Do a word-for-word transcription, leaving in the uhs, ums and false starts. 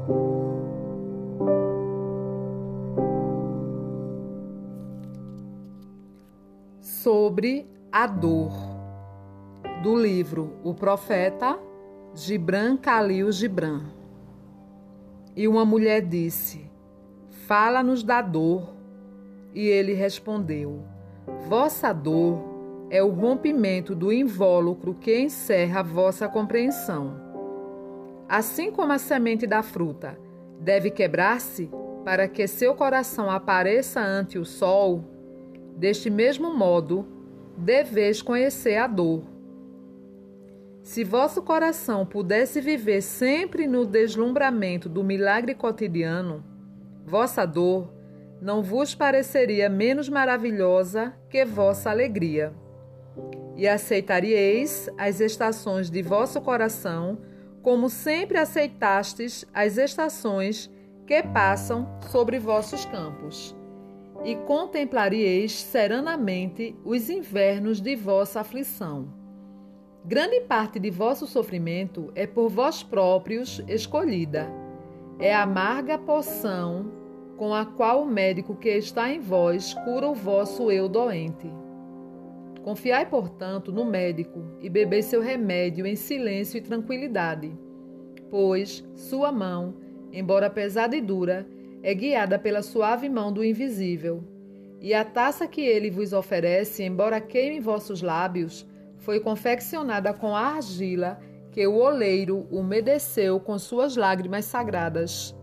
Sobre a dor, do livro O Profeta, Gibran Khalil Gibran. E uma mulher disse: fala-nos da dor. E ele respondeu: vossa dor é o rompimento do invólucro que encerra a vossa compreensão. Assim como a semente da fruta deve quebrar-se para que seu coração apareça ante o sol, deste mesmo modo, deveis conhecer a dor. Se vosso coração pudesse viver sempre no deslumbramento do milagre cotidiano, vossa dor não vos pareceria menos maravilhosa que vossa alegria. E aceitaríeis as estações de vosso coração como sempre aceitastes as estações que passam sobre vossos campos. E contemplaríeis serenamente os invernos de vossa aflição. Grande parte de vosso sofrimento é por vós próprios escolhida. É a amarga poção com a qual o médico que está em vós cura o vosso eu doente. Confiai, portanto, no médico e bebei seu remédio em silêncio e tranquilidade, pois sua mão, embora pesada e dura, é guiada pela suave mão do invisível. E a taça que ele vos oferece, embora queime vossos lábios, foi confeccionada com a argila que o oleiro umedeceu com suas lágrimas sagradas.